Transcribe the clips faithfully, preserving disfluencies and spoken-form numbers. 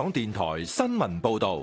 港電台新聞報道。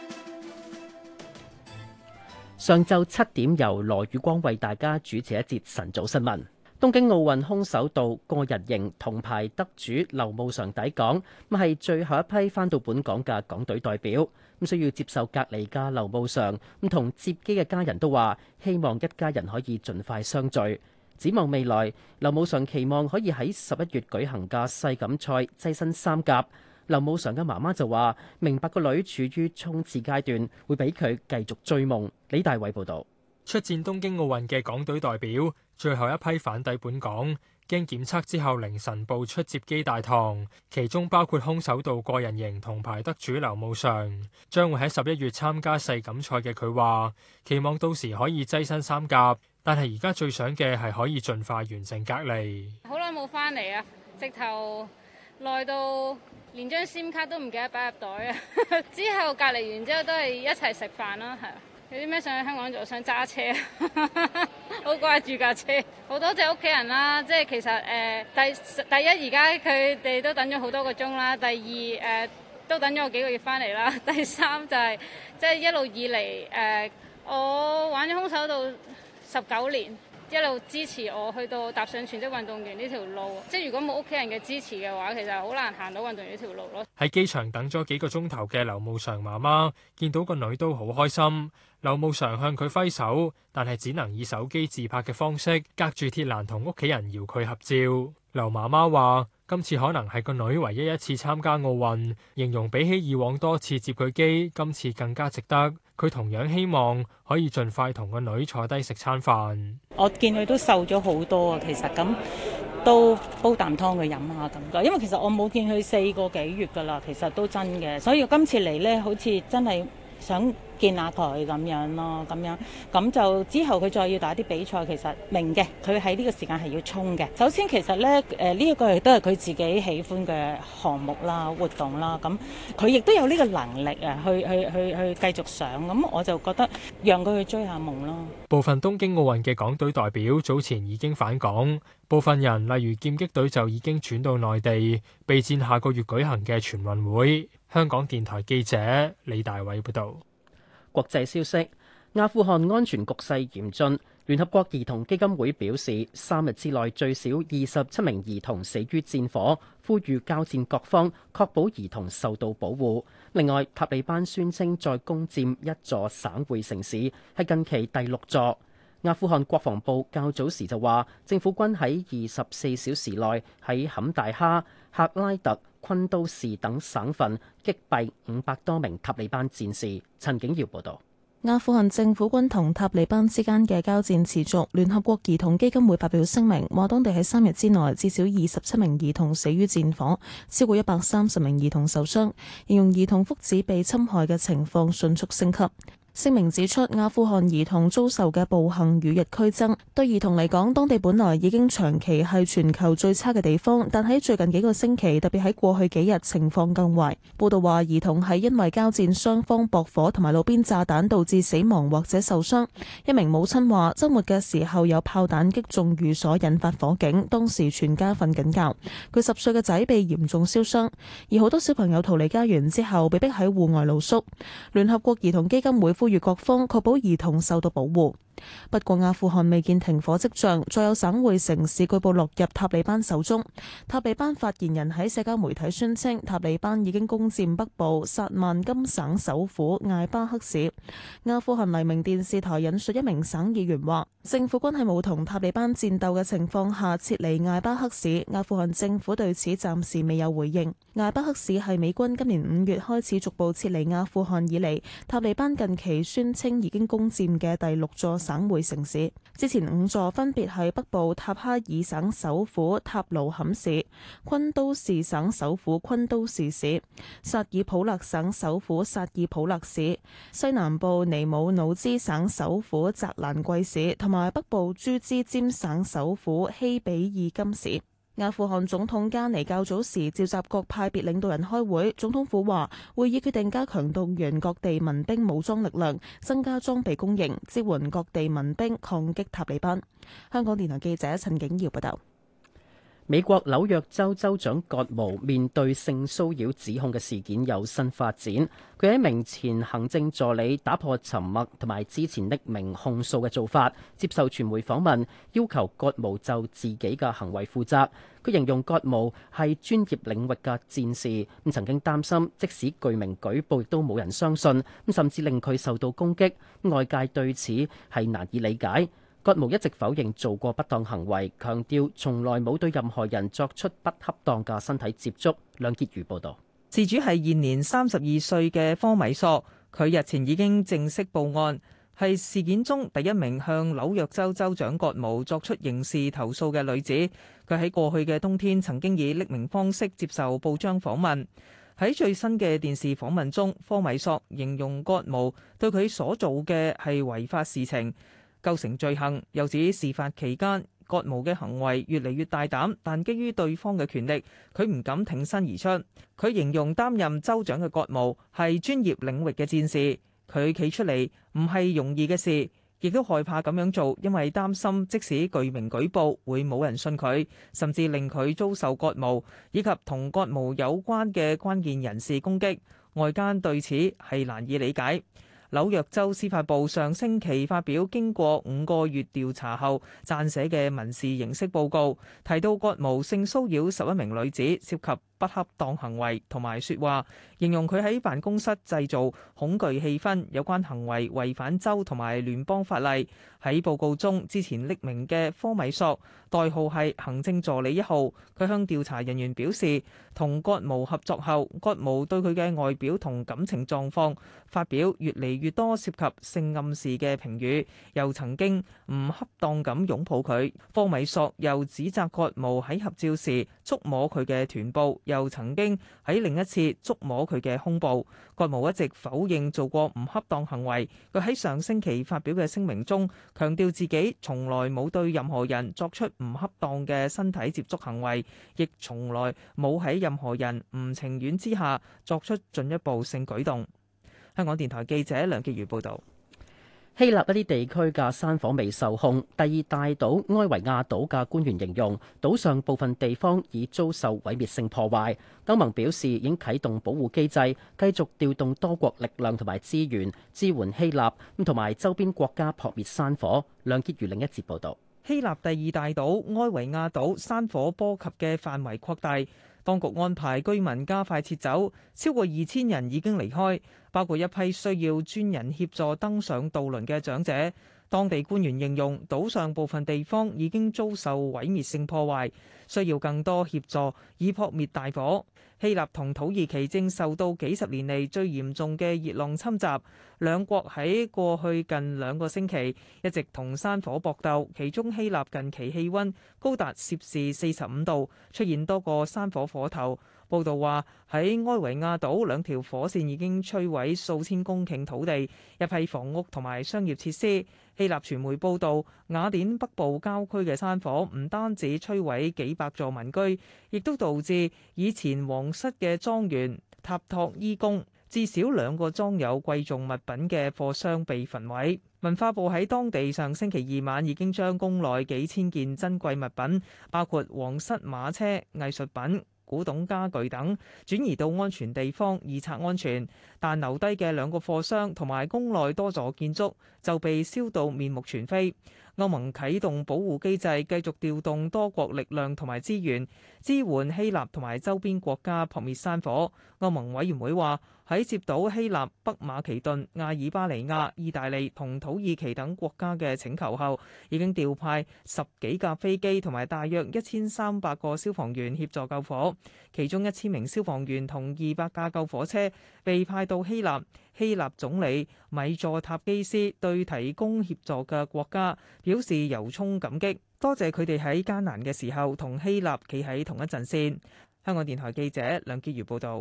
上晝七點，由羅宇光為大家主持一節晨早新聞。東京奧運空手道個人型銅牌得主劉慕裳抵港，咁係最後一批返到本港嘅港隊代表。咁需要接受隔離嘅劉慕裳，咁同接機嘅家人都話，希望一家人可以盡快相聚。展望未來，劉慕裳期望可以喺十一月舉行嘅世錦賽躋身三甲。劉慕裳嘅媽媽就話：明白個女處於衝刺階段，會俾佢繼續追夢。李大偉報導。 出戰東京奧運嘅港隊代表，最後一批返抵本港，經檢測之後凌晨步出接機大堂，其中包括空手道個人型銅牌得主劉慕裳，將會喺十一月參加世錦賽嘅佢話，期望到時可以躋身三甲，但係而家最想嘅係可以盡快完成隔離。 好耐冇翻嚟啊，直頭耐到連張 SIM 卡都唔記得擺入袋啊！之後隔離完之後都係一齊食飯啦，係。有啲咩想去香港做？想揸車，好掛住架車。好多謝屋企人啦，即係其實誒、呃、第第一而家佢哋都等咗好多個鐘啦，第二誒、呃、都等咗我幾個月翻嚟啦，第三就係、是、即係一路以嚟誒、呃、我玩咗空手道十九年。一路支持我去到踏上全職運動員呢條路，即係如果冇屋企人嘅支持嘅話，其實好難行到運動員呢條路咯。 喺機場等咗幾個鐘頭嘅劉慕裳媽媽見到個女都好開心，劉慕裳向佢揮手，但係只能以手機自拍嘅方式隔住鐵欄同屋企人搖佢合照。劉媽媽話：今次可能係個女唯一一次參加奧運，形容比起以往多次接佢機，今次更加值得。佢同樣希望可以盡快同個女坐低食餐飯。 我見佢都瘦咗好多啊，其實咁都煲啖湯佢飲下咁噶。因為其實我冇見佢四個幾月噶啦，其實都真嘅。所以今次嚟呢，好似真係想見下佢咁樣咯，咁樣咁就之後佢再要打啲比賽，其實明嘅，佢喺呢個時間係要衝嘅。首先其實呢，誒呢一個亦都係佢自己喜歡嘅項目啦、活動啦，咁佢亦都有呢個能力啊，去去去去繼續上。咁我就覺得讓佢去追下夢咯。 部分東京奧運嘅港隊代表早前已經返港，部分人例如劍擊隊就已經轉到內地備戰下個月舉行嘅全運會。香港電台記者李大偉報導。 國際消息：阿富汗安全局勢嚴峻，聯合國兒童基金會表示，三日之內最少二十七名兒童死於戰火，呼籲交戰各方確保兒童受到保護。另外，塔利班宣稱再攻佔一座省會城市，係近期第六座。阿富汗國防部較早時就話，政府軍喺二十四小時內喺坎大哈、赫拉特、昆都士等省份擊斃五百多名塔利班戰士。陳景耀報道。 阿富汗政府軍同塔利班之間嘅交戰持續，聯合國兒童基金會發表聲明，話當地喺三日之內至少二十七名兒童死於戰火，超過一百三十名兒童受傷，形容兒童福祉被侵害嘅情況迅速升級。聲明指出，阿富汗兒童遭受嘅暴行與日俱增。對兒童嚟講，當地本來已經長期係全球最差嘅地方，但喺最近幾個星期，特別喺過去幾日，情況更壞。報道話，兒童係因為交戰雙方駁火同埋路邊炸彈導致死亡或者受傷。一名母親話，週末嘅時候有炮彈擊中寓所，引發火警，當時全家瞓緊覺。佢十歲嘅仔被嚴重燒傷，而好多小朋友逃離家園之後，被逼喺戶外露宿。聯合國兒童基金會呼籲各方確保兒童受到保護。不過阿富汗未見停火跡象，再有省會城市據報落入塔利班手中。塔利班發言人喺社交媒體宣稱，塔利班已經攻佔北部薩曼金省首府艾巴克市。阿富汗黎明電視台引述一名省議員話，政府軍喺冇同塔利班戰鬥嘅情況下撤離艾巴克市。阿富汗政府對此暫時未有回應。艾巴克市係美軍今年五月開始逐步撤離阿富汗以嚟，塔利班近期宣稱已經攻佔嘅第六座省會城市。之前五座分別係北部塔哈爾省首府塔魯坎市、昆都士省首府昆都士市、薩爾普勒省首府薩爾普勒市、西南部尼姆魯茲省首府扎蘭季市同埋北部朱茲詹省首府希比爾金市。阿富汗總統加尼較早時召集各派別領導人開會，總統府話會議決定加強動員各地民兵武裝力量，增加裝備供應，支援各地民兵抗擊塔利班。香港電台記者陳景瑤報道。 美國紐約州州長葛謨面對性騷擾指控嘅事件有新發展，佢喺名前行政助理打破沉默同埋之前匿名控訴嘅做法，接受傳媒訪問，要求葛謨就自己嘅行為負責。佢形容葛謨係專業領域嘅戰士，咁曾經擔心即使具名舉報亦都冇人相信，咁甚至令佢受到攻擊，外界對此係難以理解。葛謨一直否認做過不當行為，強調從來冇對任何人作出不恰當嘅身體接觸。梁潔如報導。 事主係現年三十二歲嘅科米索，佢日前已經正式報案，係事件中第一名向紐約州州長葛謨作出刑事投訴嘅女子。佢喺過去嘅冬天曾經以匿名方式接受報章訪問。喺最新嘅電視訪問中，科米索形容葛謨對佢所做嘅係違法事情，構成罪行，又指事發期間葛謨嘅行為越嚟越大膽，但基於對方嘅權力，佢唔敢挺身而出。佢形容擔任州長嘅葛謨係專業領域嘅戰士，佢企出嚟唔係容易嘅事，亦都害怕咁樣做，因為擔心即使具名舉報會冇人信佢，甚至令佢遭受葛謨以及同葛謨有關嘅關鍵人士攻擊。外間對此係難以理解。紐約州司法部上星期發表經過五個月調查後撰寫嘅民事形式報告，提到葛謨性騷擾十一名女子，涉及不恰當行為同埋説話，形容佢喺辦公室製造恐懼氣氛，有關行為違反州同埋聯邦法例。喺報告中，之前匿名嘅科米索，代號係行政助理一號，佢向調查人員表示，同葛謨合作後，葛謨對佢嘅外表同感情狀況發表越嚟越多涉及性暗示嘅評語，又曾經唔恰當咁擁抱佢。科米索又指責葛謨喺合照時觸摸佢嘅臀部，又曾經喺另一次觸摸佢嘅胸部。葛謨一直否認做過唔恰當行為。佢喺上星期發表嘅聲明中，強調自己從來冇對任何人作出唔恰當嘅身體接觸行為，亦從來冇喺任何人唔情願之下作出進一步性舉動。香港電台記者梁潔如報導。 希臘一啲地區嘅山火未受控，第二大島埃維亞島嘅官員形容島上部分地方已遭受毀滅性破壞。歐盟表示已經啟動保護機制，繼續調動多國力量同埋資源支援希臘同埋周邊國家撲滅山火。梁潔如另一節報導。 希臘第二大島埃維亞島山火波及嘅範圍擴大，當局安排居民加快撤走，超過二千人已經離開，包括一批需要專人協助登上渡輪嘅長者。當地官員形容島上部分地方已經遭受毀滅性破壞，需要更多協助以撲滅大火。希臘同土耳其正受到幾十年嚟最嚴重嘅熱浪侵襲，兩國喺過去近兩個星期一直同山火搏鬥，其中希臘近期氣温高達攝氏四十五度，出現多個山火火頭。報道話喺埃維亞島兩條火線已經摧毀數千公頃土地、一批房屋同埋商業設施。希臘傳媒報道，雅典北部郊區嘅山火唔單止摧毀幾百座民居，亦都導致以前皇室嘅莊園塔托伊宮至少兩個裝有貴重物品嘅貨箱被焚毀。文化部喺當地上星期二晚已經將宮內幾千件珍貴物品，包括皇室馬車、藝術品、古董家具等轉移到安全地方以策安全，但留低嘅兩個貨箱同埋宮內多座建築就被燒到面目全非。歐盟啟動保護機制，繼續調動多國力量同埋資源支援希臘同埋周邊國家撲滅山火。歐盟委員會話，喺接到希臘、北馬其頓、亞爾巴尼亞、意大利同土耳其等國家嘅請求後，已經調派十幾架飛機同埋大約一千三百個消防員協助救火，其中一千名消防員同二百架救火車被派到希臘。希臘總理米佐塔基斯對提供協助嘅國家表示由衷感激，多謝佢哋喺艱難嘅時候同希臘企喺同一陣線。香港電台記者梁潔如報導。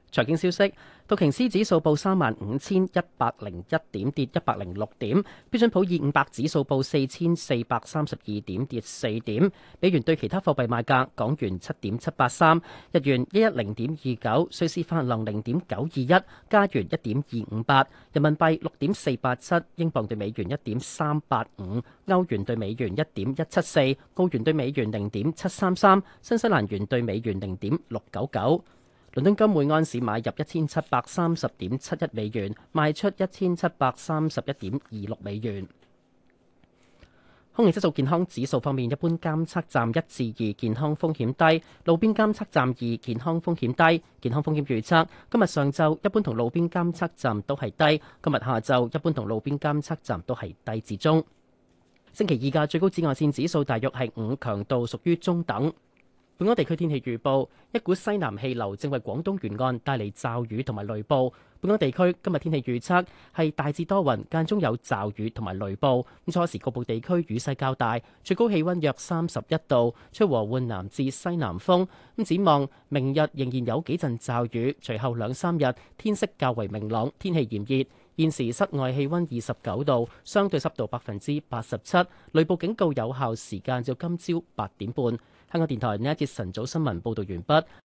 財經消息，道瓊斯指數報三萬五千一百零一點，跌一百零六點；標準普爾五百指數報四千四百三十二點，跌四點。美元對其他貨幣賣價：港元七點七八三，日元一一零點二九，瑞士法郎零點九二一，加元一點二五八，人民幣六點四八七，英鎊對美元一點三八五，歐元對美元一點一七四，澳元對美元零點七三三，新西蘭元對美元零點六九九。倫敦金每安士買入一千七百三十點七一美元，賣出一千七百三十一點二六美元。空氣質素健康指數方面，一般監測站一至二，健康風險低；路邊監測站二，健康風險低。健康風險預測今日上晝一般同路邊監測站都係低，今日下晝一般同路邊監測站都係低至中。星期二嘅最高紫外線指數大約係五，強度屬於中等。本港地區天氣預報，一股西南氣流正為廣東沿岸帶嚟驟雨同埋雷暴。本港地區今日天氣預測係大致多雲，間中有驟雨同埋雷暴。咁初時局部地區雨勢較大，最高氣溫約三十一度，吹和緩南至西南風。咁展望明日仍然有幾陣驟雨，隨後兩三日天色較為明朗，天氣炎熱。現時室外氣溫二十九度，相對濕度百分之八十七，雷暴警告有效時間至今朝八點半。香港電台呢一節晨早新聞報道完畢。